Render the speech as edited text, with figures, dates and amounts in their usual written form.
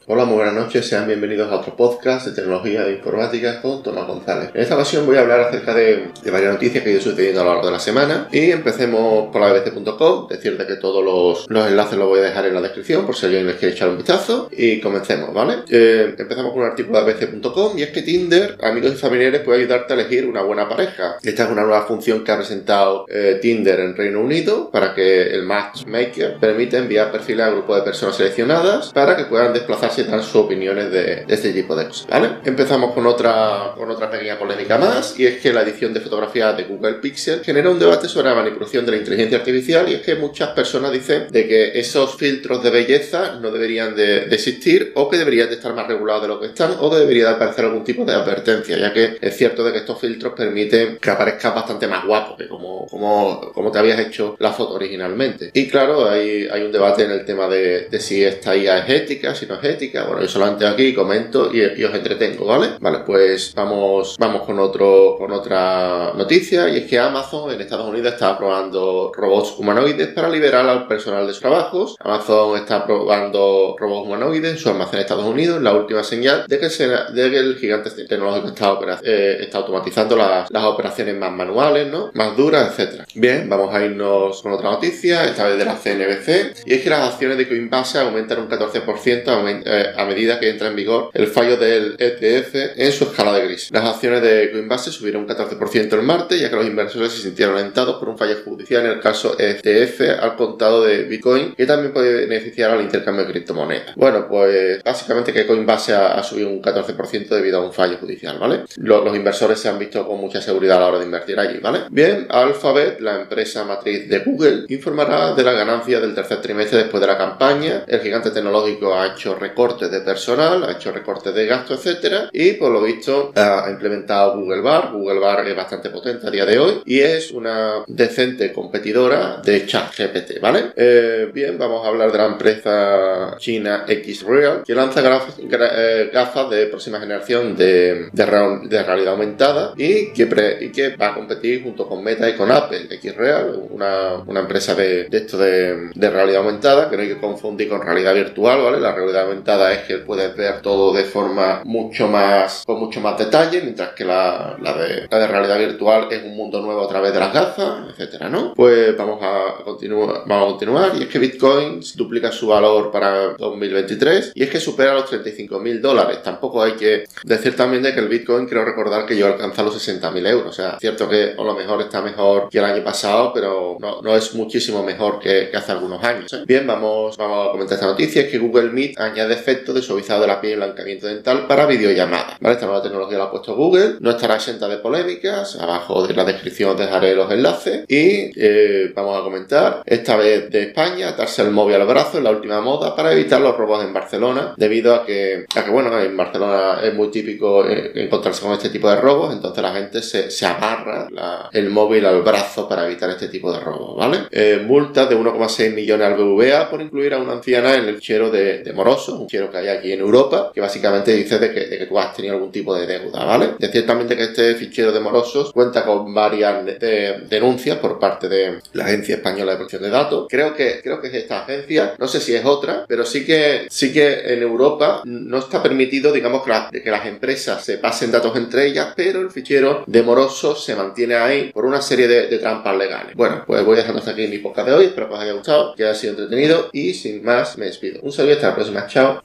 Hola, muy buenas noches, sean bienvenidos a otro podcast de tecnología e informática con Tomás González. En esta ocasión voy a hablar acerca de varias noticias que he ido sucediendo a lo largo de la semana y empecemos por la bbc.com, decirte que todos los enlaces los voy a dejar en la descripción por si alguien les quiere echar un vistazo y comencemos, ¿vale? Empezamos con un artículo de bbc.com y es que Tinder, amigos y familiares, puede ayudarte a elegir una buena pareja. Esta es una nueva función que ha presentado Tinder en Reino Unido para que el matchmaker permite enviar perfiles a grupos de personas seleccionadas para que puedan desplazarse y dar sus opiniones de este tipo de cosas, ¿vale? Empezamos con otra pequeña polémica más, y es que la edición de fotografías de Google Pixel genera un debate sobre la manipulación de la inteligencia artificial, y es que muchas personas dicen de que esos filtros de belleza no deberían de existir, o que deberían de estar más regulados de lo que están, o que debería de aparecer algún tipo de advertencia, ya que es cierto de que estos filtros permiten que aparezcas bastante más guapo que como te habías hecho la foto originalmente. Y claro, hay un debate en el tema de si esta IA es ética, si no es ética. Bueno, yo solamente aquí comento y os entretengo, ¿vale? Vale, pues vamos con otra noticia, y es que Amazon en Estados Unidos está probando robots humanoides para liberar al personal de sus trabajos. Amazon está probando robots humanoides en su almacén en Estados Unidos, la última señal de que el gigante tecnológico está automatizando las operaciones más manuales, ¿no? Más duras, etcétera. Bien, vamos a irnos con otra noticia, esta vez de la CNBC, y es que las acciones de Coinbase aumentan un 14% a medida que entra en vigor el fallo del ETF en su escala de gris. Las acciones de Coinbase subieron un 14% el martes, ya que los inversores se sintieron alentados por un fallo judicial en el caso ETF al contado de Bitcoin, que también puede beneficiar al intercambio de criptomonedas. Bueno, pues básicamente que Coinbase ha subido un 14% debido a un fallo judicial, ¿vale? Los inversores se han visto con mucha seguridad a la hora de invertir allí, ¿vale? Bien, Alphabet, la empresa matriz de Google, informará de las ganancias del tercer trimestre después de la campaña. El gigante tecnológico ha hecho recortes de personal, ha hecho recortes de gasto, etcétera, y por lo visto ha implementado Google Bar. Google Bar es bastante potente a día de hoy y es una decente competidora de ChatGPT, ¿vale? Bien, vamos a hablar de la empresa china Xreal, que lanza gafas de próxima generación de realidad aumentada y que va a competir junto con Meta y con Apple. Xreal, una empresa de realidad aumentada, que no hay que confundir con realidad virtual, ¿vale? La realidad aumentada es que puedes ver todo de forma con mucho más detalle, mientras que la de realidad virtual es un mundo nuevo a través de las gafas, etcétera, ¿no? Pues vamos a continuar, y es que Bitcoin duplica su valor para 2023, y es que supera los $35.000. Tampoco hay que decir también de que el Bitcoin, creo recordar que yo alcanza los 60.000 euros, o sea, cierto que a lo mejor está mejor que el año pasado, pero no es muchísimo mejor que hace algunos años, ¿eh? Bien, vamos a comentar esta noticia, es que Google Meet añade efectos de suavizado de la piel y blanqueamiento dental para videollamadas, ¿vale? Esta nueva tecnología la ha puesto Google, no estará exenta de polémicas. Abajo de la descripción os dejaré los enlaces, y vamos a comentar esta vez de España. Atarse el móvil al brazo es la última moda para evitar los robos en Barcelona, debido a que bueno, en Barcelona es muy típico encontrarse con este tipo de robos, entonces la gente se amarra el móvil al brazo para evitar este tipo de robos, ¿vale? Multas de 1,6 millones al BBVA por incluir a una anciana en el fichero de morosos, un fichero que hay aquí en Europa, que básicamente dice de que tú has tenido algún tipo de deuda, ¿vale? Decir también de que este fichero de morosos cuenta con varias denuncias por parte de la Agencia Española de Protección de Datos. Creo que es esta agencia, no sé si es otra, pero sí que en Europa no está permitido, digamos, que las empresas se pasen datos entre ellas, pero el fichero de morosos se mantiene ahí por una serie de trampas legales. Bueno, pues voy dejando hasta aquí mi podcast de hoy, espero que os haya gustado, que haya sido entretenido, y sin más me despido. Un saludo y hasta la próxima, chao.